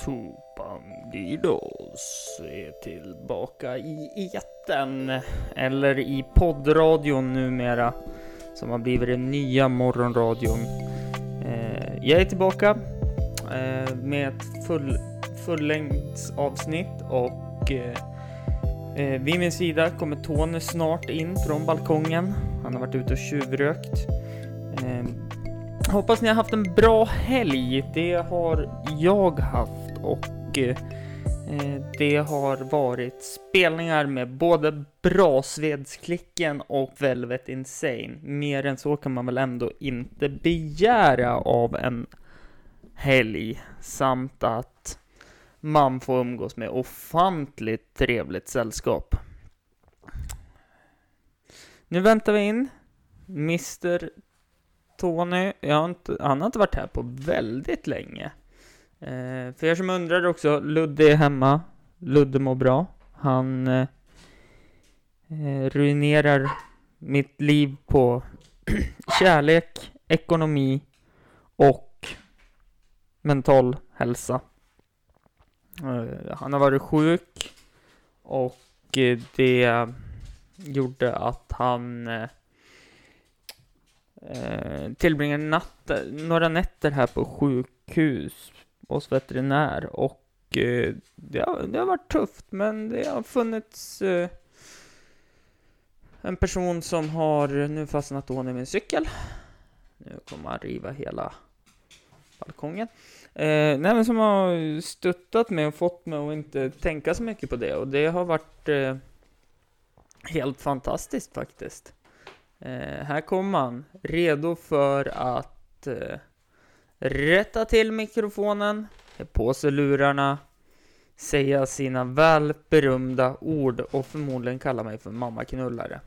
Two Bandidos är tillbaka i etern, eller i poddradion numera, som har blivit den nya morgonradion. Jag är tillbaka med ett fullängdsavsnitt och vid min sida kommer Tony snart in från balkongen. Han har varit ute och tjuvrökt. Hoppas ni har haft en bra helg. Det har jag haft, och det har varit spelningar med både Brasvedsklicken och Velvet Insane. Mer än så kan man väl ändå inte begära av en helg, samt att man får umgås med ofantligt trevligt sällskap. Nu väntar vi in Mr. Tony. Han har inte varit här på väldigt länge. För er som undrar också, Ludde är hemma. Ludde mår bra. Han ruinerar mitt liv på kärlek, ekonomi och mental hälsa. Han har varit sjuk, och det gjorde att han tillbringade några nätter här på sjukhus hos veterinär, och det har varit tufft, men det har funnits en person som har nu fastnat i min cykel. Nu kommer han riva hela balkongen. Men som har stöttat mig och fått mig att inte tänka så mycket på det, och det har varit helt fantastiskt faktiskt. Här kommer han, redo för att rätta till mikrofonen, på sig lurarna, säga sina väl berömda ord och förmodligen kalla mig för mammaknullare.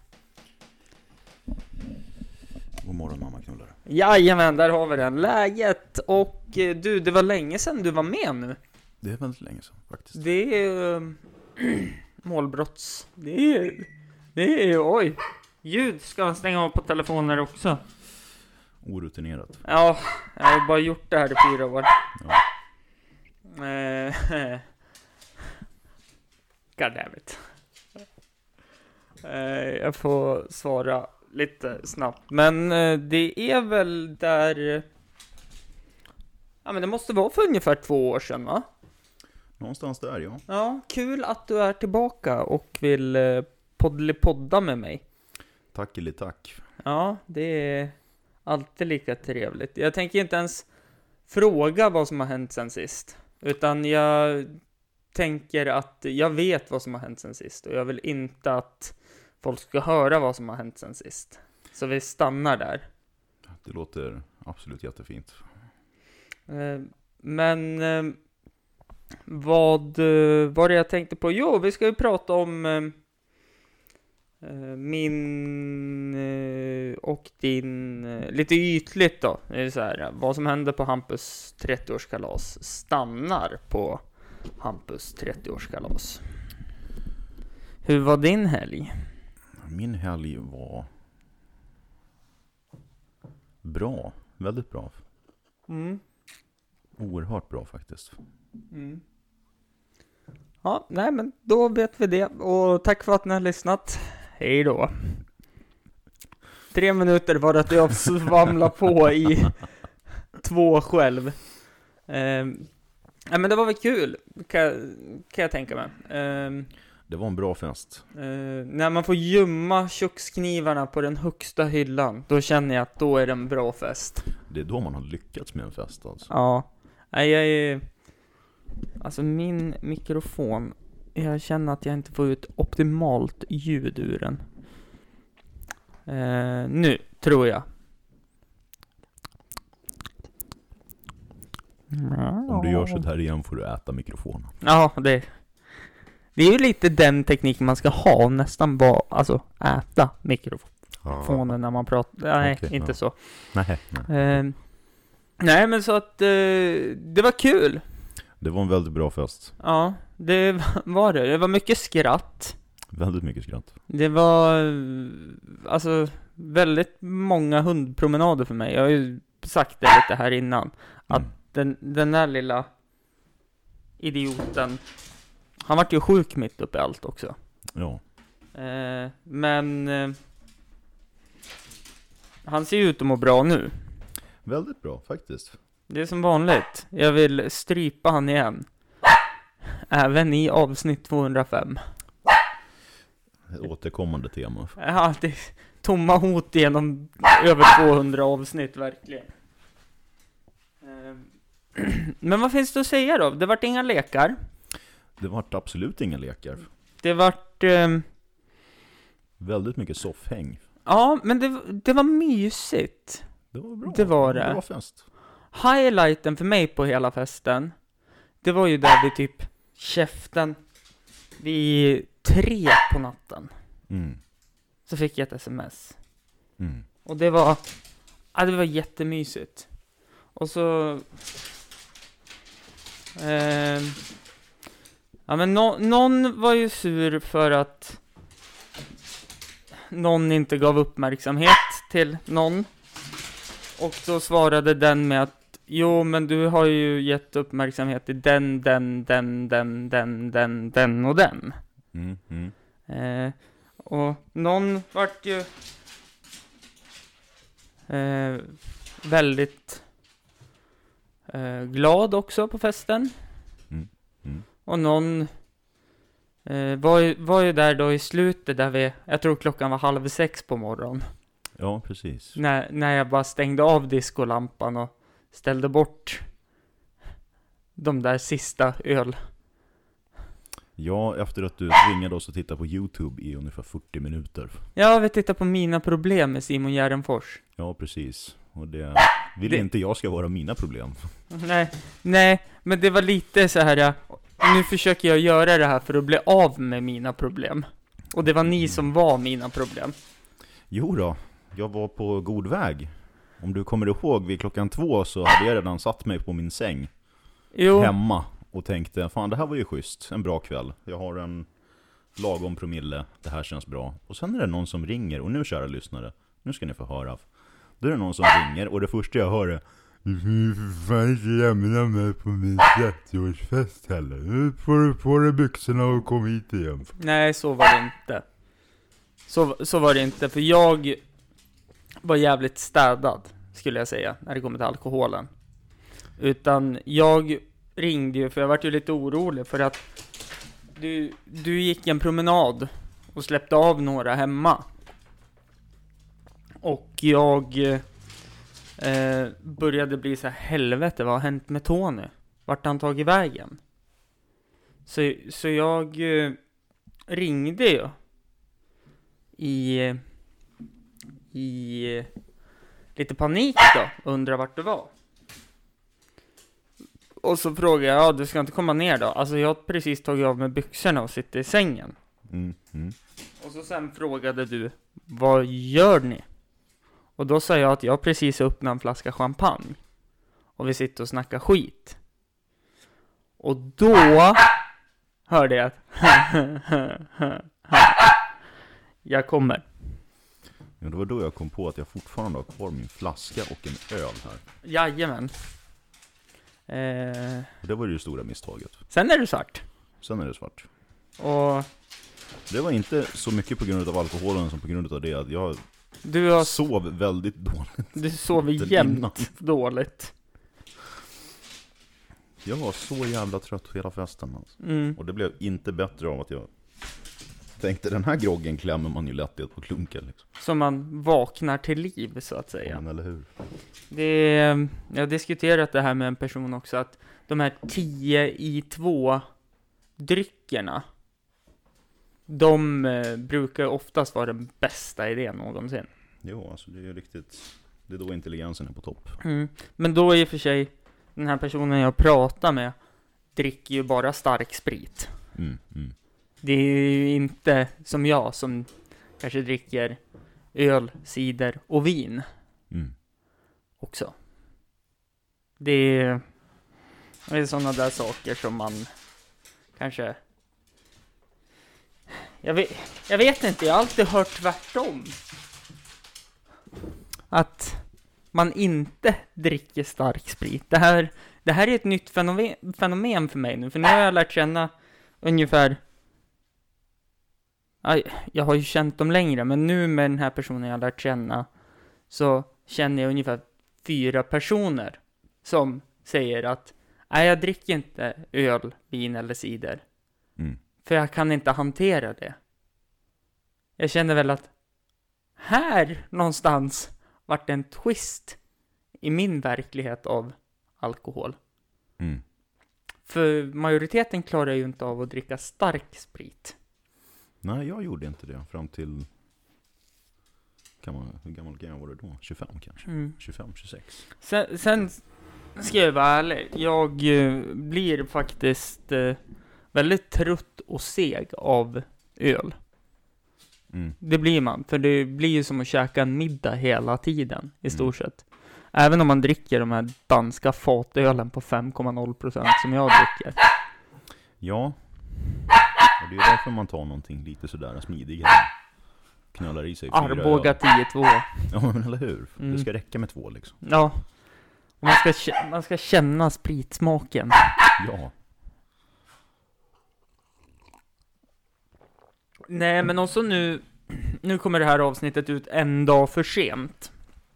God morgon, mammaknullare. Jajamän, där har vi den. Läget. Och du, det var länge sedan du var med nu. Det är väldigt länge sedan faktiskt. Det är målbrotts. Det är oj. Ljud ska man stänga av på telefoner också. Orutinerat. Ja, jag har bara gjort det här i 4 år. Ja. God damn it. Jag får svara lite snabbt. Men det är väl där... Ja, men det måste vara för ungefär 2 år sedan, va? Någonstans där, ja. Ja, kul att du är tillbaka och vill podda med mig. Tack eller tack. Ja, det är alltid lika trevligt. Jag tänker inte ens fråga vad som har hänt sen sist, utan jag tänker att jag vet vad som har hänt sen sist, och jag vill inte att folk ska höra vad som har hänt sen sist. Så vi stannar där. Det låter absolut jättefint. Men vad var det jag tänkte på? Jo, vi ska ju prata om min och din, lite ytligt då. Det är så här, vad som hände på Hampus 30-årskalas stannar på Hampus 30-årskalas. Hur var din helg? Min helg var bra. Väldigt bra. Oerhört bra faktiskt. Ja, nej, men då vet vi det. Och tack för att ni har lyssnat. Hej då. 3 minuter var det att jag svamlade på i 2 själv. Ja, men det var väl kul, kan jag tänka mig. Det var en bra fest. När man får gömma köksknivarna på den högsta hyllan, då känner jag att då är det en bra fest. Det är då man har lyckats med en fest alltså. Ja, alltså min mikrofon, jag känner att jag inte får ut optimalt ljud ur den. Nu tror jag. Om du gör så här igen får du äta mikrofonen. Ja, det är ju lite den teknik man ska ha, nästan bara, alltså äta mikrofonen när man pratar. Nej, okay, inte så. Nej. Nej, men så att det var kul. Det var en väldigt bra fest. Ja, det var det. Det var mycket skratt. Väldigt mycket skratt. Det var alltså väldigt många hundpromenader för mig. Jag har ju sagt det lite här innan. Att den där lilla idioten. Han vart ju sjuk mitt uppe i allt också. Ja. Men han ser ju ut att må bra nu. Väldigt bra faktiskt. Det är som vanligt. Jag vill strypa han igen. Även i avsnitt 205. Ett återkommande tema. Ja, det är tomma hot genom över 200 avsnitt, verkligen. Men vad finns det att säga då? Det vart inga lekar. Det var absolut inga lekar. Det vart... Väldigt mycket soffhäng. Ja, men det var mysigt. Det var bra. Det var det. Bra fest. Highlighten för mig på hela festen, det var ju där vid typ käften vid 3 på natten. Så fick jag ett sms. Och det var jättemysigt. Och så ja, men någon var ju sur för att någon inte gav uppmärksamhet till någon. Och då svarade den med att jo, men du har ju gett uppmärksamhet till den och den. Och någon vart ju väldigt glad också på festen. Och någon var ju där då i slutet där jag tror klockan var 5:30 på morgonen. Ja, precis. När jag bara stängde av diskolampan och ställde bort de där sista öl. Ja, efter att du tvingade oss att titta på YouTube i ungefär 40 minuter. Ja, vi tittar på Mina problem med Simon Gärdenfors. Ja, precis. Och det vill inte jag ska vara mina problem. Nej, men det var lite så här. Nu försöker jag göra det här för att bli av med mina problem. Och det var ni som var mina problem. Jo då, jag var på god väg. Om du kommer ihåg, vid 2:00 så hade jag redan satt mig på min säng hemma och tänkte, fan det här var ju schysst, en bra kväll. Jag har en lagom promille, det här känns bra. Och sen är det någon som ringer, och nu kära lyssnare, nu ska ni få höra. Då är det någon som ringer, och det första jag hör är: du får inte lämna mig på min 30-årsfest heller. Nu får du på dig byxorna och kom hit igen. Nej, så var det inte. Så var det inte, för jag var jävligt städad, skulle jag säga, när det kommer till alkoholen. Utan jag ringde ju, för jag var ju lite orolig för att du gick en promenad och släppte av några hemma. Och jag började bli så här, helvete, vad har hänt med Tony? Vart han tagit vägen? Så jag ringde ju i lite panik då, undrar vart det var. Och så frågade jag, ja, du ska inte komma ner då? Alltså jag har precis tagit av med byxorna och sitter i sängen. Och så sen frågade du, vad gör ni? Och då sa jag att jag precis öppnat en flaska champagne. Och vi sitter och snackar skit. Och då hörde jag att jag kommer. Ja, det var då jag kom på att jag fortfarande har kvar min flaska och en öl här. Jajamän. Och det var ju det stora misstaget. Sen är det svart. Och det var inte så mycket på grund av alkoholen som på grund av det att jag sov väldigt dåligt. Du sov jämt dåligt. Jag var så jävla trött hela festen alltså. Och det blev inte bättre av att jag tänkte, den här groggen klämmer man ju lätt på klunken liksom. Så man vaknar till liv, så att säga. Ja, men eller hur? Jag har diskuterat det här med en person också, att de här 10-i-2 dryckerna, de brukar oftast vara den bästa idén någonsin. Jo, alltså det är ju riktigt. Det är då intelligensen är på topp. Men då i och för sig, den här personen jag pratar med dricker ju bara stark sprit. Det är ju inte som jag som kanske dricker öl, cider och vin också. Det är sådana där saker som man kanske... Jag vet inte, jag har alltid hört tvärtom. Att man inte dricker stark sprit. Det här det här är ett nytt fenomen för mig nu. För nu har jag lärt känna ungefär... Jag har ju känt dem längre, men nu med den här personen jag har lärt känna så känner jag ungefär 4 personer som säger att nej, jag dricker inte öl, vin eller cider. För jag kan inte hantera det. Jag känner väl att här någonstans vart det en twist i min verklighet av alkohol. För majoriteten klarar ju inte av att dricka stark sprit. Nej, jag gjorde inte det fram till... Hur gammal var det då? 25 kanske? 25, 26. Sen ska jag vara ärlig. Jag blir faktiskt väldigt trött och seg av öl. Det blir man. För det blir ju som att käka en middag hela tiden i stort sett. Även om man dricker de här danska fatölen på 5,0% som jag dricker. Ja. Och det är därför man tar någonting lite sådär smidigare. Knallar i sig 4 Arboga 10-2. Ja, men eller hur? Det ska räcka med 2 liksom. Ja. Och man ska känna spritsmaken. Ja. Nej, men också nu kommer det här avsnittet ut en dag för sent.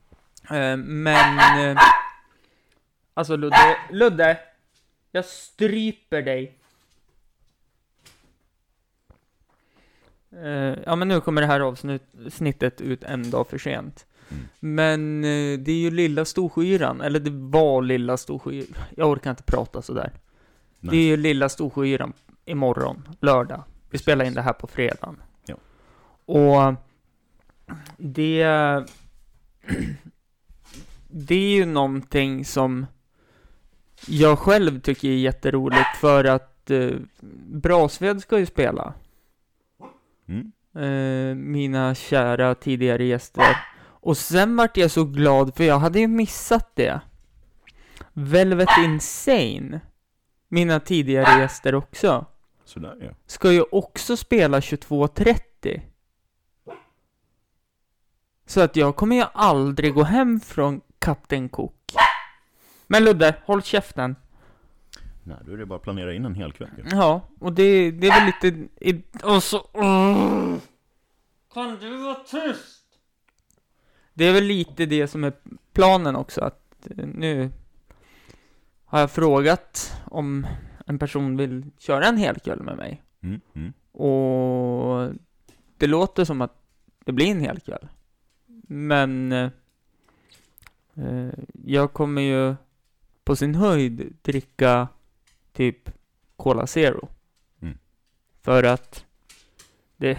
Men alltså Ludde, jag stryper dig. Ja, men nu kommer det här avsnittet ut en dag för sent. Men det är ju lilla Storskyran, eller det var lilla Storskyran. Jag orkar inte prata sådär. Nej. Det är ju lilla Storskyran imorgon, lördag. Vi spelar in det här på fredagen. Ja. Och det är ju någonting som jag själv tycker är jätteroligt, för att Brasved ska ju spela. Mina kära tidigare gäster. Och sen vart jag så glad, för jag hade ju missat det. Velvet Insane, mina tidigare gäster också. Sådär, ja. Ska ju också spela 22:30. Så att jag kommer ju aldrig gå hem från Kapten Cook. Men Ludde, håll käften. Nej, då är det bara att planera in en hel kväll. Ja, och det är väl lite... Och så... Kan du vara tyst? Det är väl lite det som är planen också. Att nu har jag frågat om en person vill köra en hel kväll med mig. Och det låter som att det blir en hel kväll. Men jag kommer ju på sin höjd dricka typ Cola Zero. För att det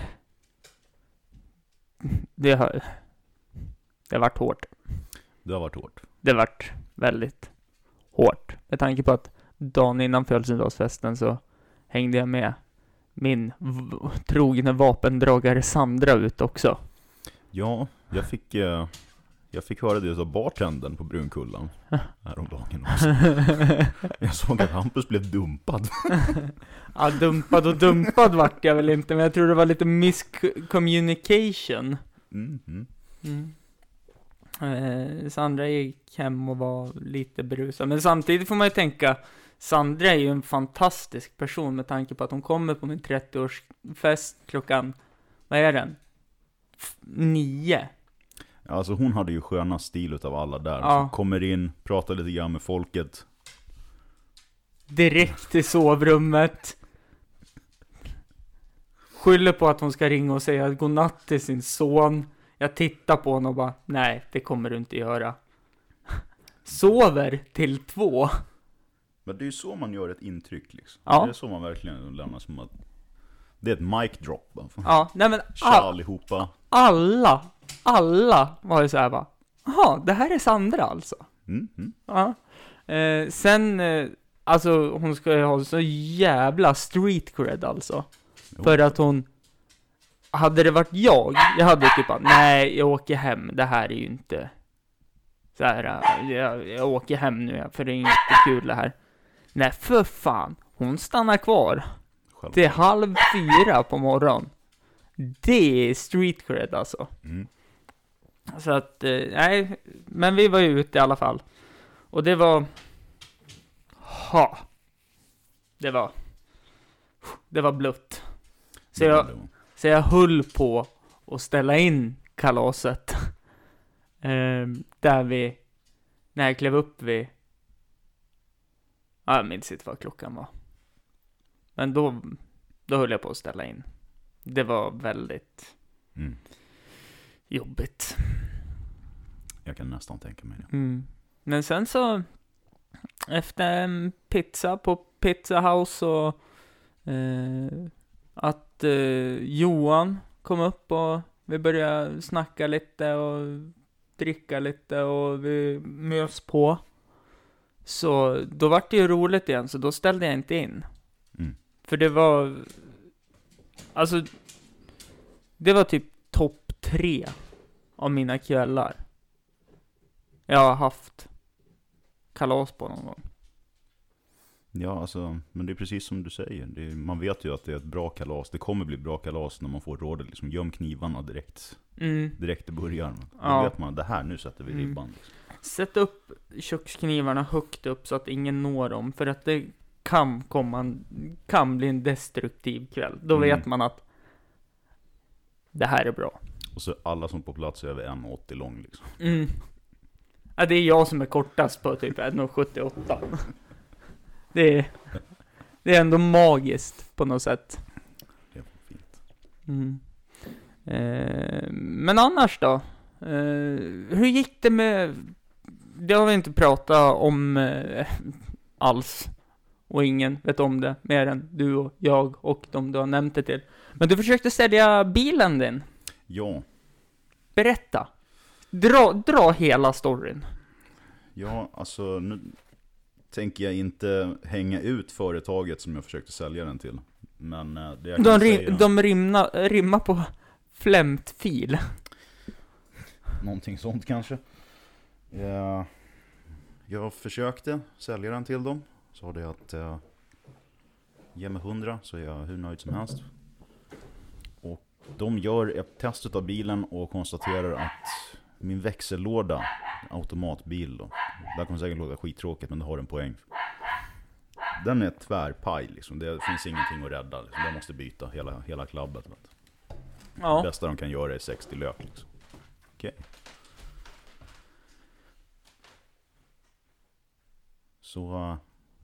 har varit hårt. Det har varit hårt. Det har varit väldigt hårt. Med tanke på att dagen innan födelsedagsfesten så hängde jag med min trogna vapendragare Sandra ut också. Ja, jag fick höra det av bartendern på Brunkullan häromdagen också. Jag såg att Hampus blev dumpad. Ja, dumpad vart jag väl inte, men jag tror det var lite miscommunication. Sandra gick hem och var lite berusad. Men samtidigt får man ju tänka, Sandra är ju en fantastisk person med tanke på att hon kommer på min 30-årsfest klockan, vad är den? 9. Alltså hon hade ju sköna stil utav alla där. Ja. Så kommer in, pratar lite grann med folket. Direkt till sovrummet. Skyller på att hon ska ringa och säga godnatt till sin son. Jag tittar på honom och bara, nej, det kommer du inte göra. Sover till 2. Men det är ju så man gör ett intryck liksom. Ja. Det är så man verkligen lämnar som att det är ett mic drop. Ja, nej men allihopa. Alla var ju så här bara, jaha, det här är Sandra alltså. Ja. Sen, alltså hon ska ju ha så jävla street cred alltså. Jo. För att hon, hade det varit jag hade typ bara, nej, jag åker hem, det här är ju inte så här, jag åker hem nu, för det är inte kul det här. Nej, för fan, hon stannar kvar till 3:30 på morgonen. Det är street cred alltså. Så att, nej, men vi var ju ute i alla fall. Och det var Det var blött. Så jag höll på att ställa in kalaset. När jag klev upp vid... Jag minns inte vad klockan var. Men då höll jag på att ställa in. Det var väldigt jobbigt. Jag kan nästan tänka mig det. Men sen så efter en pizza på Pizza House och att Johan kom upp och vi började snacka lite och dricka lite och vi mös på. Så då var det ju roligt igen, så då ställde jag inte in. För det var... Alltså... Det var typ topp 3 av mina kvällar jag har haft kalas på någon gång. Ja, alltså, men det är precis som du säger. Man vet ju att det är ett bra kalas. Det kommer bli bra kalas när man får rådet. Liksom, göm knivarna direkt i början. Då vet man, det här, nu sätter vi ribban. Liksom. Sätt upp köksknivarna högt upp så att ingen når dem. För att det kan bli en destruktiv kväll. Då vet man att det här är bra. Och så alla som på plats är över 1,80 lång liksom. Ja, det är jag som är kortast på typ 1,78. Det är ändå magiskt på något sätt. Det är fint. Men annars då? Hur gick det med... Det har vi inte pratat om alls. Och ingen vet om det mer än du och jag och de du har nämnt det till. Men du försökte sälja bilen din. Ja. Berätta. Dra hela storyn. Ja, alltså nu tänker jag inte hänga ut företaget som jag försökte sälja den till. Men det jag kan säga... De rimmar på flämtfil. Någonting sånt kanske. Jag försökte sälja den till dem. Sa det att ge mig 100 så är jag hur nöjd som helst. Och de gör ett test av bilen och konstaterar att min växellåda, automatbil då, där kommer säkert låta skittråkigt men det har en poäng. Den är tvärpaj liksom. Det finns ingenting att rädda liksom. Jag måste byta hela klabbet. Ja. Det bästa de kan göra är 60 lök liksom. Okej. Så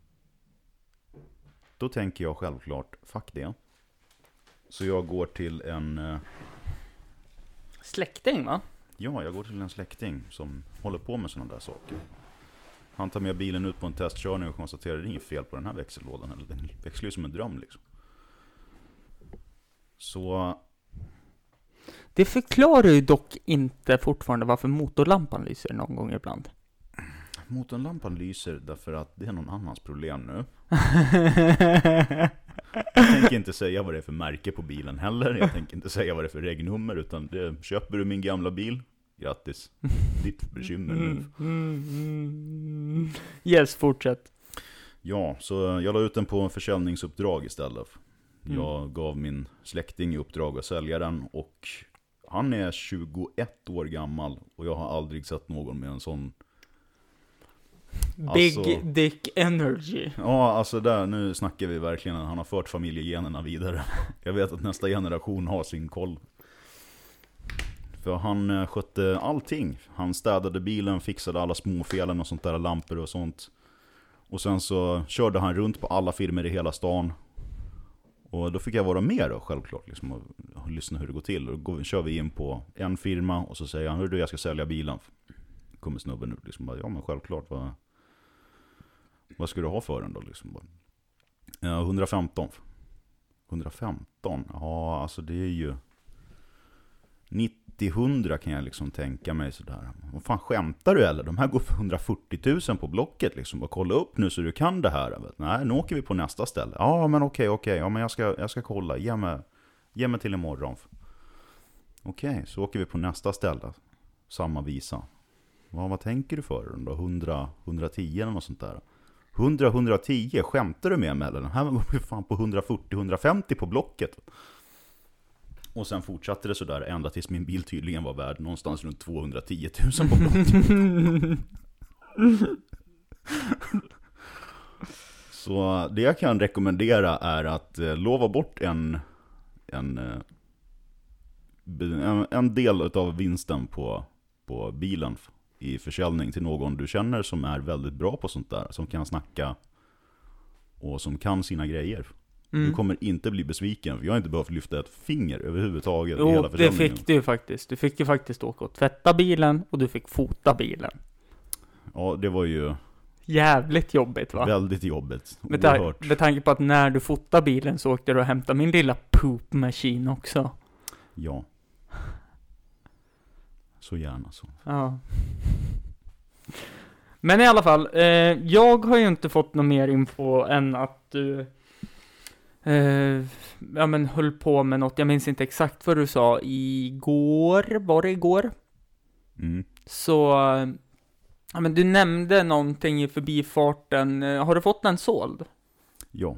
då tänker jag självklart, fuck det. Så jag går till en... Släkting, va? Ja, jag går till en släkting som håller på med sådana där saker. Han tar med bilen ut på en testkörning och konstaterar att det är inget fel på den här växellådan. Eller den växlar ju som en dröm liksom. Så... Det förklarar ju dock inte fortfarande varför motorlampan lyser någon gång ibland. Motorlampan lyser därför att det är någon annans problem nu. Jag tänker inte säga vad det är för märke på bilen heller. Jag tänker inte säga vad det är för regnummer. Utan det, köper du min gamla bil, grattis. Ditt bekymmer nu. Yes, fortsätt. Ja, så jag la ut den på en försäljningsuppdrag istället. Jag gav min släkting i uppdrag att sälja den. Och han är 21 år gammal. Och jag har aldrig sett någon med en sån... Big dick energy. Ja, alltså där, nu snackar vi verkligen. Han har fört familjegenerna vidare. Jag vet att nästa generation har sin koll. För han skötte allting. Han städade bilen, fixade alla småfelen och sånt där, lampor och sånt. Och sen så körde han runt på alla firmor i hela stan. Och då fick jag vara med då, självklart, liksom, och lyssna hur det går till. Och då kör vi in på en firma och så säger han, hur du, jag ska sälja bilen. Kommer snubben ut liksom, ja men självklart, vad ska du ha för den då liksom? 115. 115? Ja, alltså det är ju 90-100 kan jag liksom tänka mig sådär. Vad fan, skämtar du eller? De här går för 140 000 på Blocket liksom. Och kolla upp nu så du kan det här. Vet? Nej, nu åker vi på nästa ställe. Ja, men okej. Ja, men jag ska kolla. Ge mig till imorgon. Okej, så åker vi på nästa ställe. Samma visa. Vad tänker du för den då? 110 eller något sånt där. 110, skämtar du med mig eller? Den här var ju fan på 140-150 på Blocket. Och sen fortsatte det sådär ända tills min bil tydligen var värd någonstans runt 210 000 på Blocket. Så det jag kan rekommendera är att lova bort en del av vinsten på bilen i försäljning till någon du känner som är väldigt bra på sånt där, som kan snacka och som kan sina grejer. Du kommer inte bli besviken, för jag har inte behövt lyfta ett finger överhuvudtaget i hela försäljningen. Det fick du faktiskt. Du fick ju faktiskt åka och tvätta bilen och du fick fota bilen. Ja, det var ju jävligt jobbigt, va? väldigt jobbigt. Med tanke på att när du fotade bilen så åkte du och hämtade min lilla poop machine också. Ja. Så gärna så. Ja. Men i alla fall, jag har ju inte fått någon mer info än att du höll på med något. Jag minns inte exakt vad du sa igår. Var det igår? Så men du nämnde någonting i förbifarten. Har du fått den såld? Ja.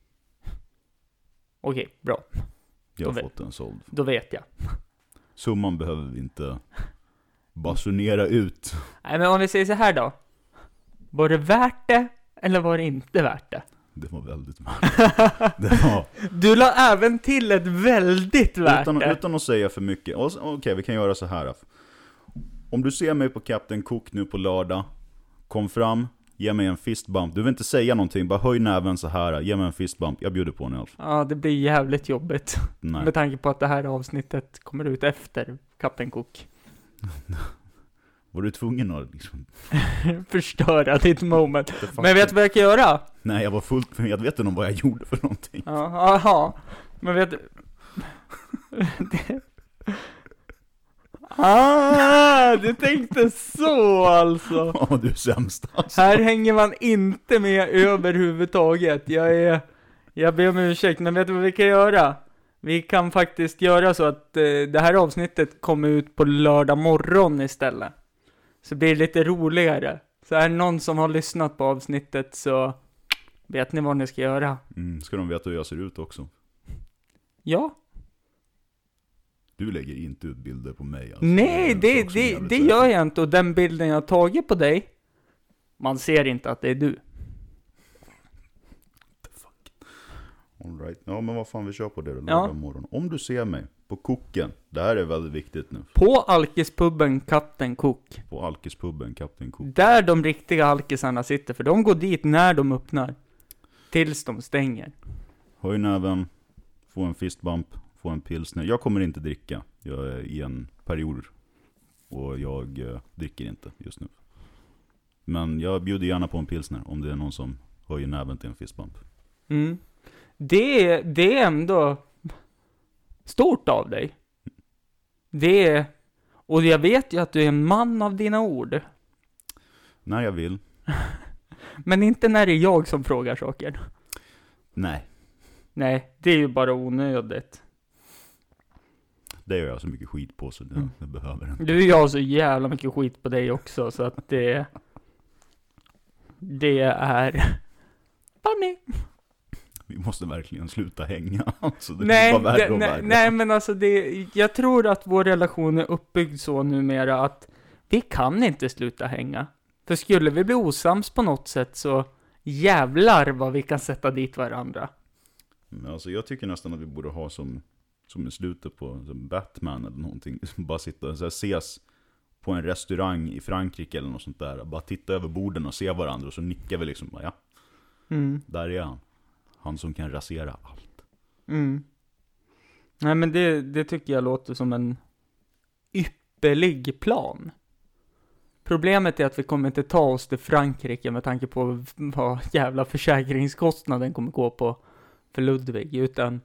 Okej, bra. Jag har fått den såld. Då vet jag. Summan behöver vi inte basunera ut. Nej, men om vi säger så här då. Var det värt det eller var det inte värt det? Det var väldigt värt det. Du la även till ett väldigt värt det. Utan att säga för mycket. Okej, vi kan göra så här. Om du ser mig på Captain Cook nu på lördag, kom fram, ge mig en fistbump. Du vill inte säga någonting, bara höj näven så här. Ge mig en fistbump, jag bjuder på en elf. Ja, det blir jävligt jobbigt. Nej. Med tanke på att det här avsnittet kommer ut efter Captain Cook. Var du tvungen att liksom förstöra ditt moment? Men vet du vad jag kan göra? Nej, jag var fullt medveten om vad jag gjorde för någonting. Jaha, men vet du... du tänkte så alltså. Ja, du är sämst alltså. Här hänger man inte med överhuvudtaget. Jag ber om ursäkt, men vet du vad vi kan göra? Vi kan faktiskt göra så att det här avsnittet kommer ut på lördag morgon istället. Så blir det lite roligare. Så är det någon som har lyssnat på avsnittet så vet ni vad ni ska göra. Ska de veta hur jag ser ut också? Ja. Du lägger inte ut bilder på mig alltså. Nej, det gör jag inte. Och den bilden jag har tagit på dig, man ser inte att det är du. All right. Ja, men vad fan, vi kör på det då, lördag morgon. Om du ser mig på koken, det här är väldigt viktigt nu. På Alkispubben Captain Cook. På Alkispubben Captain Cook. Där de riktiga alkisarna sitter, för de går dit när de öppnar. Tills de stänger. Höj näven, få en fistbump, få en pilsner. Jag kommer inte dricka. Jag är i en period och jag dricker inte just nu. Men jag bjuder gärna på en pilsner om det är någon som höjer näven till en fistbump. Det är ändå stort av dig. Och jag vet ju att du är en man av dina ord. När jag vill. Men inte när det är jag som frågar saker. Nej, det är ju bara onödigt. det gör jag så mycket skit på så det behöver inte. Du gör så jävla mycket skit på dig också så att det är funny. Vi måste verkligen sluta hänga. Alltså, nej, men alltså jag tror att vår relation är uppbyggd så numera att vi kan inte sluta hänga. För skulle vi bli osams på något sätt så jävlar vad vi kan sätta dit varandra. Men alltså, jag tycker nästan att vi borde ha som i slutet på som Batman eller någonting. Bara sitta och ses på en restaurang i Frankrike eller något sånt där. Bara titta över borden och se varandra och så nickar vi liksom. Ja, där är han. Han som kan rasera allt. Nej, men det tycker jag låter som en ypperlig plan. Problemet är att vi kommer inte ta oss till Frankrike med tanke på vad jävla försäkringskostnaden kommer gå på för Ludvig. Utan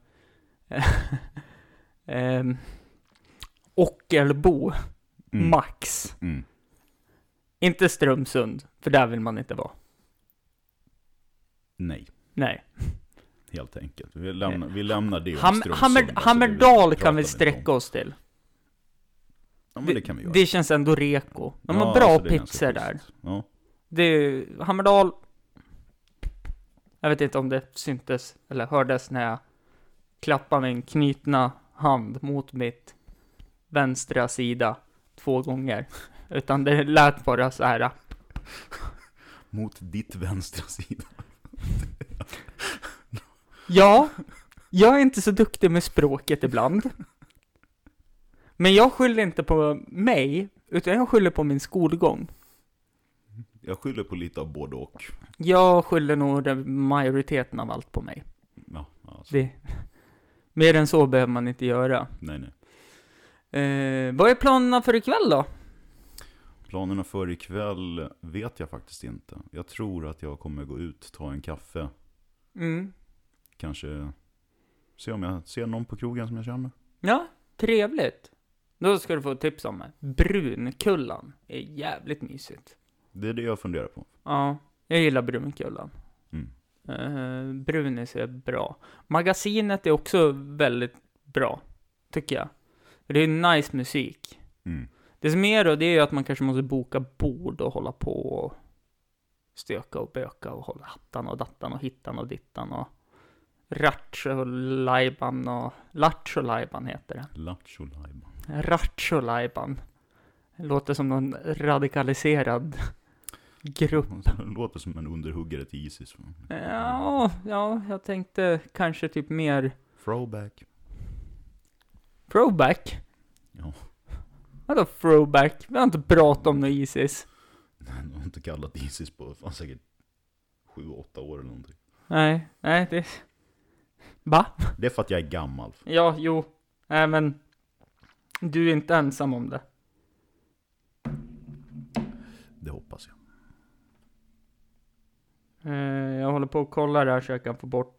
Ockelbo max. Inte Strömsund, för där vill man inte vara. Nej. Helt enkelt. Vi lämnar det. Hammerdal kan vi sträcka oss till. Ja, men det kan vi göra. Det känns ändå reko. De har bra pizzor där. Ja. Hammerdal. Jag vet inte om det syntes eller hördes när jag klappade min knutna hand mot mitt vänstra sida 2 gånger. Utan det lät bara så här. Mot ditt vänstra sida. Ja, jag är inte så duktig med språket ibland. Men jag skyller inte på mig, utan jag skyller på min skolgång. Jag skyller på lite av både och. Jag skyller nog majoriteten av allt på mig. Ja, alltså. Mer än så behöver man inte göra. Nej. Vad är planerna för ikväll då? Planerna för ikväll vet jag faktiskt inte. Jag tror att jag kommer gå ut, ta en kaffe. Kanske se om jag ser någon på krogen som jag känner. Ja, trevligt. Då ska du få tips om det. Brunkullan är jävligt mysigt. Det är det jag funderar på. Ja, jag gillar Brunkullan. Brunis är bra. Magasinet är också väldigt bra, tycker jag. Det är nice musik. Det som är då, det är ju att man kanske måste boka bord och hålla på och stöka och böka och hålla hattan och dattan och hittan och dittan och Ratch och Lajban och Latch och Lajban heter det. Latch och Lajban. Ratch och Lajban. Det låter som någon radikaliserad grupp. Det låter som en underhuggare till Isis. Ja, jag tänkte kanske typ mer Throwback. Throwback? Ja. Vadå throwback? Vi har inte pratat om någon Isis. Jag har inte kallat Isis på säkert 7-8 år eller någonting. Nej, det... Va? Det är för att jag är gammal. Ja, jo. Nej, men du är inte ensam om det. Det hoppas jag. Jag håller på att kolla där så jag kan få bort.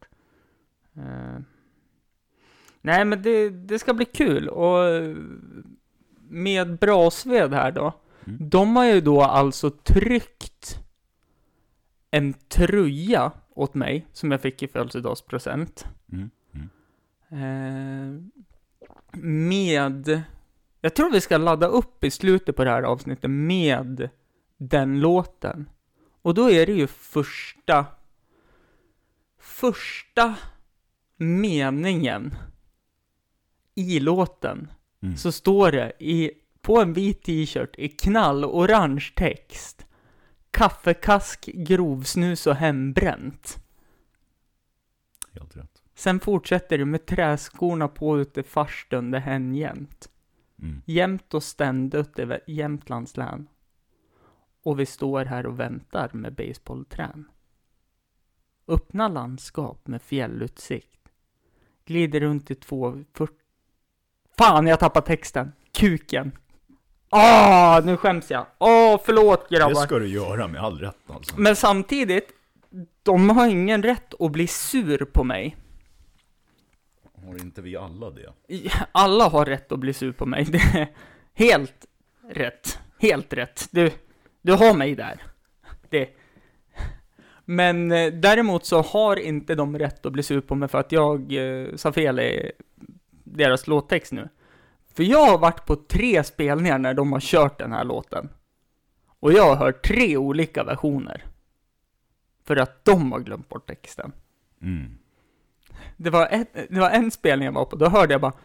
Nej, men det ska bli kul. Och med Brasved här då. De har ju då alltså tryckt en tröja åt mig som jag fick i födelsedagspresent. Med, jag tror vi ska ladda upp i slutet på det här avsnittet med den låten. Och då är det ju första meningen i låten. Så står det på en vit t-shirt i knallorange text: kaffekask, grovsnus och hembränt. Helt rätt. Sen fortsätter det med träskorna på ute farstun det hän jämt. Jämt och ständigt över Jämtlands län. Och vi står här och väntar med baseballträn. Öppna landskap med fjällutsikt. Glider runt i 240. Fan, jag tappar texten. Kuken. Nu skäms jag. Förlåt grabbar. Det ska du göra med all rätt alltså. Men samtidigt, de har ingen rätt att bli sur på mig. Har inte vi alla det? Alla har rätt att bli sur på mig. Det är helt rätt. Helt rätt. Du har mig där. Men däremot så har inte de rätt att bli sur på mig för att jag sa fel i deras låttext nu. För jag har varit på 3 spelningar när de har kört den här låten. Och jag har hört 3 olika versioner. För att de har glömt bort texten. Det var en spelning jag var på. Då hörde jag bara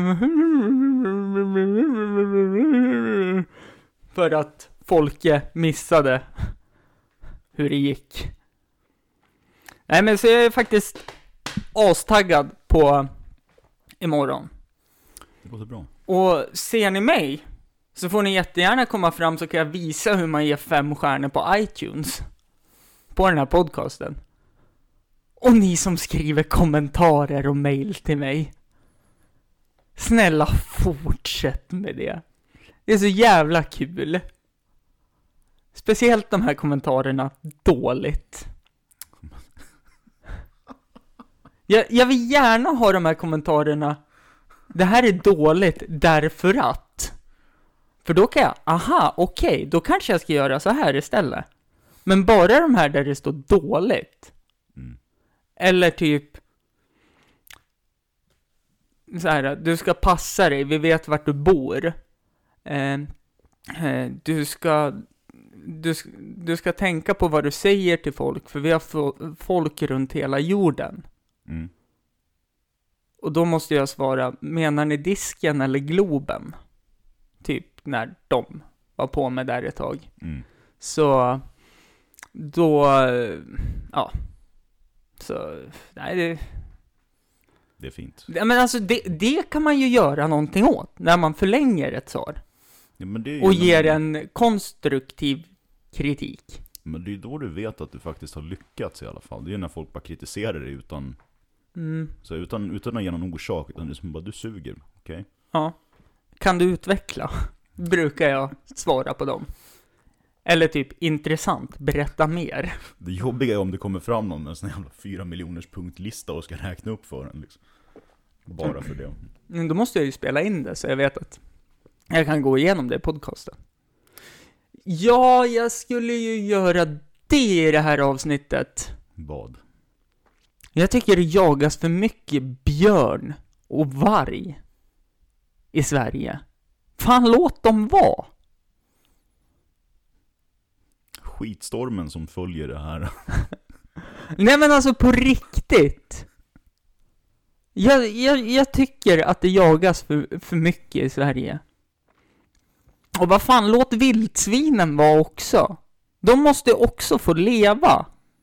för att Folke missade hur det gick. Nej, men så jag är faktiskt astaggad på imorgon. Det låter bra. Och ser ni mig så får ni jättegärna komma fram så kan jag visa hur man ger 5 stjärnor på iTunes på den här podcasten. Och ni som skriver kommentarer och mejl till mig, snälla fortsätt med det. Det är så jävla kul. Speciellt de här kommentarerna, dåligt. Jag vill gärna ha de här kommentarerna. Det här är dåligt därför att. För då kan jag, okej, då kanske jag ska göra så här istället. Men bara de här där det står dåligt. Eller typ så här, du ska passa dig, vi vet vart du bor. Du ska tänka på vad du säger till folk, för vi har folk runt hela jorden. Och då måste jag svara, menar ni disken eller Globen? Typ när de var på med där ett tag. Så då, Så, nej Det är fint. Ja, men alltså det kan man ju göra någonting åt när man förlänger ett svar. Ja, men det är ju och ger en konstruktiv kritik. Men det är ju då du vet att du faktiskt har lyckats i alla fall. Det är ju när folk bara kritiserar dig utan att ge någon orsak. Utan det är som bara, du suger, okej? Okay? Ja. Kan du utveckla? Brukar jag svara på dem. Eller typ, intressant, berätta mer. Det jobbiga är om det kommer fram någon med en sån jävla 4 miljoners punktlista och ska räkna upp för en liksom. Bara för det. Men då måste jag ju spela in det så jag vet att jag kan gå igenom det i podcasten. Ja, jag skulle ju göra det i det här avsnittet. Vad? Jag tycker det jagas för mycket björn och varg i Sverige. Fan, låt dem vara. Skitstormen som följer det här. Nej men alltså på riktigt. Jag tycker att det jagas för mycket i Sverige. Och vad fan, låt vildsvinen vara också. De måste också få leva.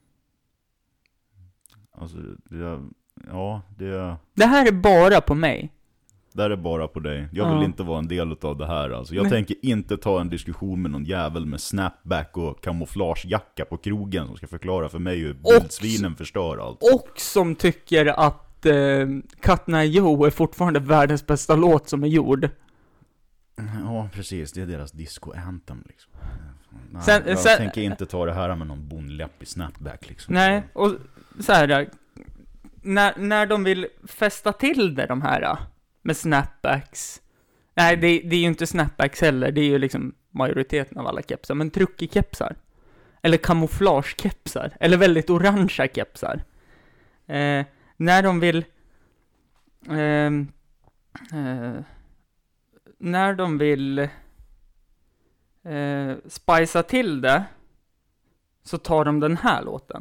Alltså, det här är bara på mig. Det här är bara på dig. Jag vill inte vara en del av det här. Alltså, jag tänker inte ta en diskussion med någon jävel med snapback och kamouflagejacka på krogen som ska förklara för mig hur vildsvinen förstör allt. Och som tycker att Katna Joe är fortfarande världens bästa låt som är gjord. Ja, precis. Det är deras disco-anthem liksom. Nej, jag tänker inte ta det här med någon bonläpp i snapback liksom. Nej, och så här, när de vill fästa till det, de här med snapbacks. Nej, det är ju inte snapbacks heller. Det är ju liksom majoriteten av alla kepsar. Men truckekepsar. Eller kamouflagekepsar. Eller väldigt orangea kepsar. När de vill... när de vill spicea till det, så tar de den här låten.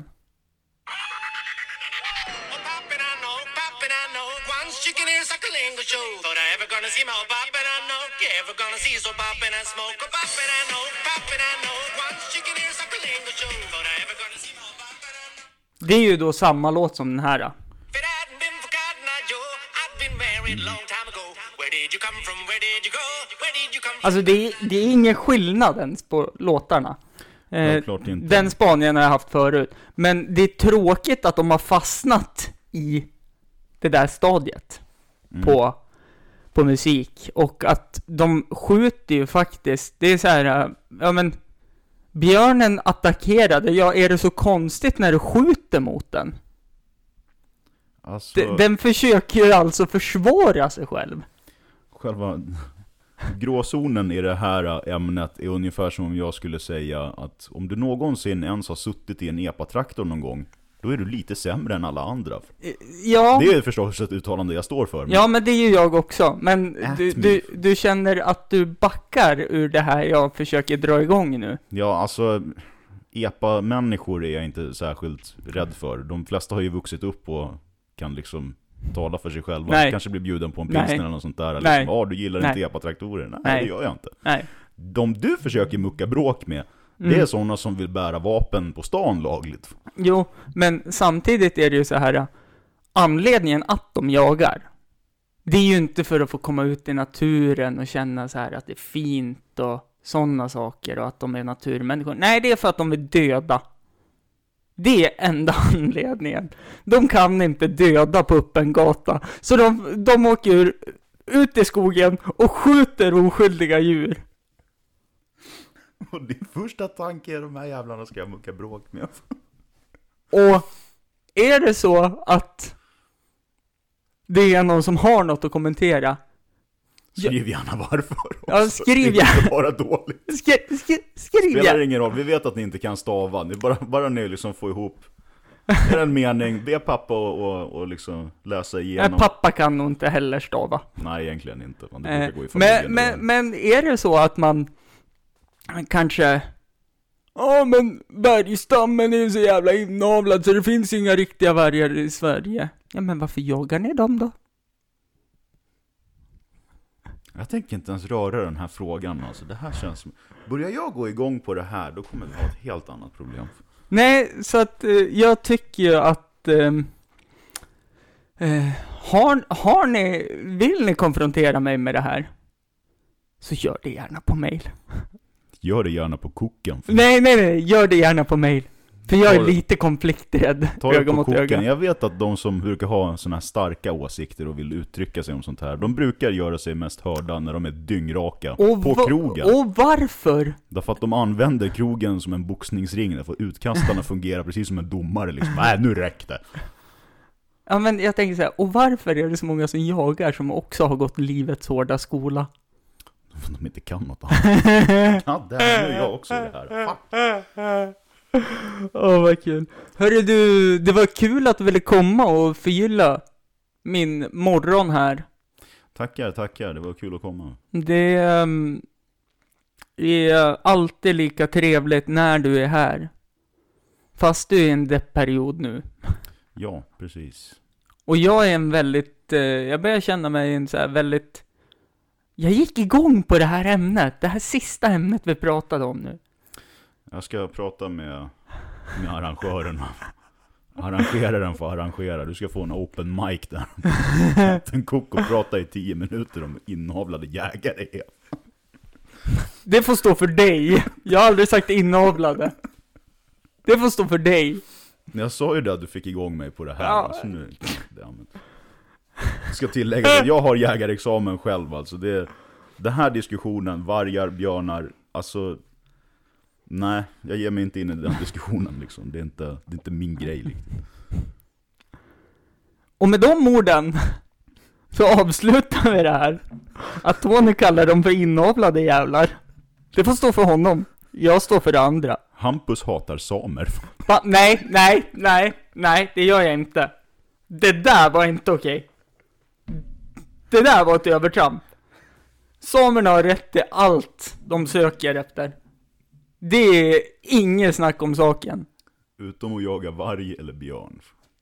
Det är ju då samma låt som den här. Alltså det är ingen skillnad ens på låtarna. Den spaningen har jag haft förut. Men det är tråkigt att de har fastnat i det där stadiet på musik. Och att de skjuter ju faktiskt. Det är så här, ja men björnen attackerade. Ja, är det så konstigt när du skjuter mot den? Alltså, den försöker ju alltså försvåra sig själv. Själva gråzonen i det här ämnet är ungefär som om jag skulle säga att om du någonsin ens har suttit i en epa-traktor någon gång, då är du lite sämre än alla andra. Ja. Det är förstås ett uttalande jag står för. Ja, men det är ju jag också. Men du känner att du backar ur det här jag försöker dra igång nu. Ja, alltså epa-människor är jag inte särskilt rädd för. De flesta har ju vuxit upp och kan liksom tala för sig själva. Nej. Kanske bli bjuden på en pilsner eller något sånt där. Liksom, du gillar inte epa-traktorer. Nej, det gör jag inte. Nej. De du försöker mucka bråk med, det är sådana som vill bära vapen på stan lagligt. Jo, men samtidigt är det ju så här, anledningen att de jagar, det är ju inte för att få komma ut i naturen och känna så här att det är fint och sådana saker och att de är naturmänniskor. Nej, det är för att de vill döda. Det är enda anledningen. De kan inte döda på öppen gata. Så de åker ut i skogen och skjuter oskyldiga djur. Och din första tanke är de här jävlarna ska jag mucka bråk med. Och är det så att det är någon som har något att kommentera, skriv gärna varför. Ja, skriv gärna. Det är bara dåligt. Skriv gärna. Spelar ingen roll, vi vet att ni inte kan stava. Ni bara ni liksom får ihop en mening. Be pappa och liksom läsa igenom. Nej, pappa kan nog inte heller stava. Nej, egentligen inte. Man det gå i men är det så att man kanske... Ja, men vargstammen är ju så jävla inavlad så det finns inga riktiga vargar i Sverige. Ja, men varför jagar ni dem då? Jag tänker inte ens röra den här frågan. Alltså, det här känns som... Börjar jag gå igång på det här, då kommer vi ha ett helt annat problem. Nej, så att jag tycker ju att vill ni konfrontera mig med det här, så gör det gärna på mail. Gör det gärna på koken. Nej, gör det gärna på mail. För jag är lite konflikträdd. Ta det på koken. Jag vet att de som brukar ha såna här starka åsikter och vill uttrycka sig om sånt här, de brukar göra sig mest hörda när de är dyngraka på krogen. Och varför? Därför att de använder krogen som en boxningsring, för utkastarna fungerar precis som en domare liksom. Nej, nu räckte det. Ja, men jag tänker så här, och varför är det så många som jagar som också har gått livets hårda skola? De inte kan något annat. Ja, det är jag också det här. Vad kul. Hörru du, det var kul att du ville komma och förgylla min morgon här. Tackar, det var kul att komma. Det är alltid lika trevligt när du är här. Fast du är i en deppperiod nu. Ja, precis. Och jag är en väldigt, jag börjar känna mig en så här väldigt, jag gick igång på det här ämnet, det här sista ämnet vi pratade om nu. Jag ska prata med arrangören. Arrangeraren får arrangera. Du ska få en open mic där. En kok och prata i 10 minuter om inavlade jägare. Det får stå för dig. Jag har aldrig sagt inavlade. Det får stå för dig. Jag sa ju det att du fick igång mig på det här. Ja. Alltså nu, jag ska tillägga att jag har jägarexamen själv. Alltså det här diskussionen, vargar, björnar, alltså... Nej, jag ger mig inte in i den diskussionen liksom. Det är inte min grej liksom. Och med de orden så avslutar vi det här. Att Tony kallar dem för inavlade jävlar. Det får stå för honom. Jag står för det andra. Hampus hatar samer. Nej, det gör jag inte. Det där var inte okej. Det där var ett övertramp. Samerna har rätt till allt de söker efter. Det är inget snack om saken. Utom att jaga varg eller björn.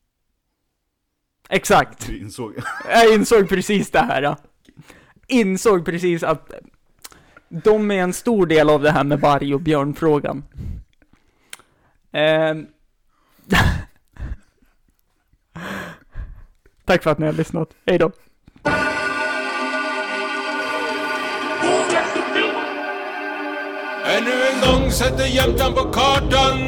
Exakt. Jag insåg precis det här. Ja. Insåg precis att de är en stor del av det här med varg- och björnfrågan. Tack för att ni har lyssnat. Hej då. Ännu en gång sätter Jämtland på kartan.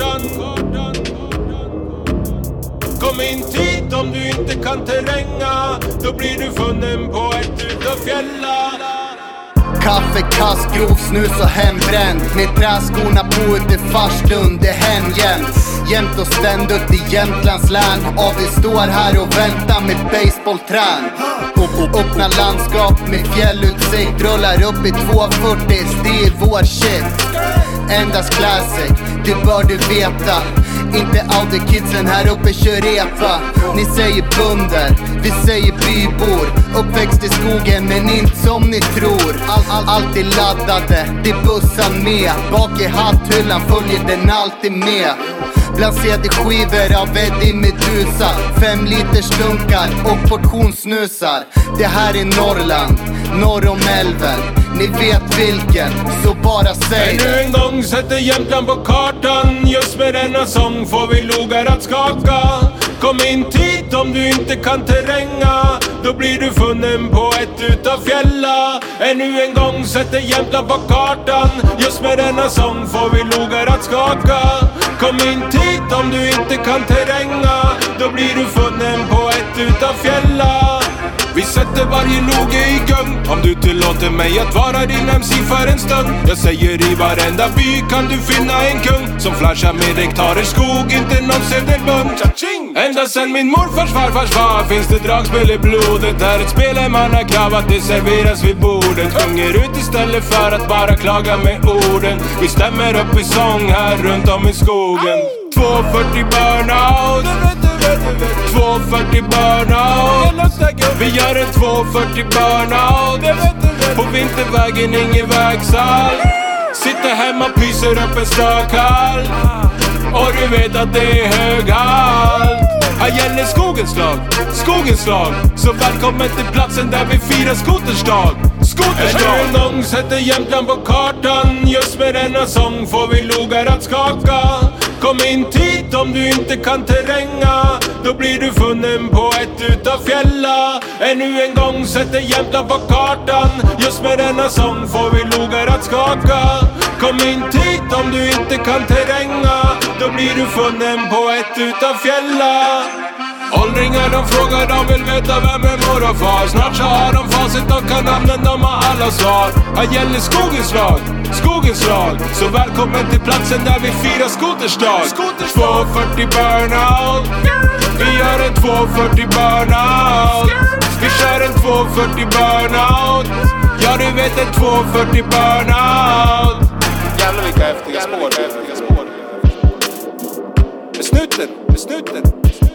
Kom in hit om du inte kan terränga. Då blir du funnen på ett utav fjällar. Kaffe, kass, grov snus och hembränt. Med träskorna på ute farstund, det hemjämt. Jämt och ständigt i Jämtlands län. Och vi står här och väntar med baseballträn. Öppna landskap med fjällutsikt. Rullar upp i 240, det är vår shit. Endast classic, det bör du veta. Inte Audi kidsen här uppe kör repa. Ni säger bunder, vi säger bybor. Uppväxt i skogen men inte som ni tror. Alltid laddade, det bussar med. Bak i hatthyllan följer den alltid med. Bland CD-skivor av Eddie Medusa. 5 liters dunkar och portionssnusar. Det här är Norrland, norr om älven. Ni vet vilken, så bara säg det. Ännu en gång sätter Jämtland på kartan. Just med denna sång får vi logar att skaka. Kom in hit om du inte kan terränga. Då blir du funnen på ett utav fjälla. Ännu en gång sätter Jämtland på kartan. Just med denna sång får vi logar att skaka. Kom in hit om du inte kan terränga. Då blir du funnen på ett utav fjälla. Vi sätter varje loge i gung. Om du tillåter mig att vara din MC för en stund. Jag säger i varenda by kan du finna en kung som flashar med hektarer skog, inte någon sedelbunt. Ända sen min morfars farfars far finns det dragspel i blodet. Här ett spel man har krav att det serveras vid bordet. Sjunger ut istället för att bara klaga med orden. Vi stämmer upp i sång här runt om i skogen. 240 burnout, 240 burnout. Vi gör en 240 burnout. På vintervägen ingen vägsalt. Sitter hemma, pyser upp en stökhall. Och du vet att det är höghalt. Här gäller skogens lag. Så välkommen till platsen där vi firar skotersdag. Ännu en gång sätter Jämtland på kartan. Just med denna sång får vi logar att skaka. Kom inte hit om du inte kan terränga. Då blir du funnen på ett utav fjälla. Ännu en gång sätter Jämtland på kartan. Just med denna sång får vi logar att skaka. Kom inte hit om du inte kan terränga. Då blir du funnen på ett utav fjälla. Åldringar de frågar, de vill veta vem är mor och far. Snart så har de facit och kan namnen, de har alla svar. Här gäller skogens lag. Så välkommen till platsen där vi firar skotersdag. 240 burnout. Vi gör en 240 burnout. Vi kör en 240 burnout. Ja du vet en 240 burnout. Jävlar vilka häftiga spår. Med snuten.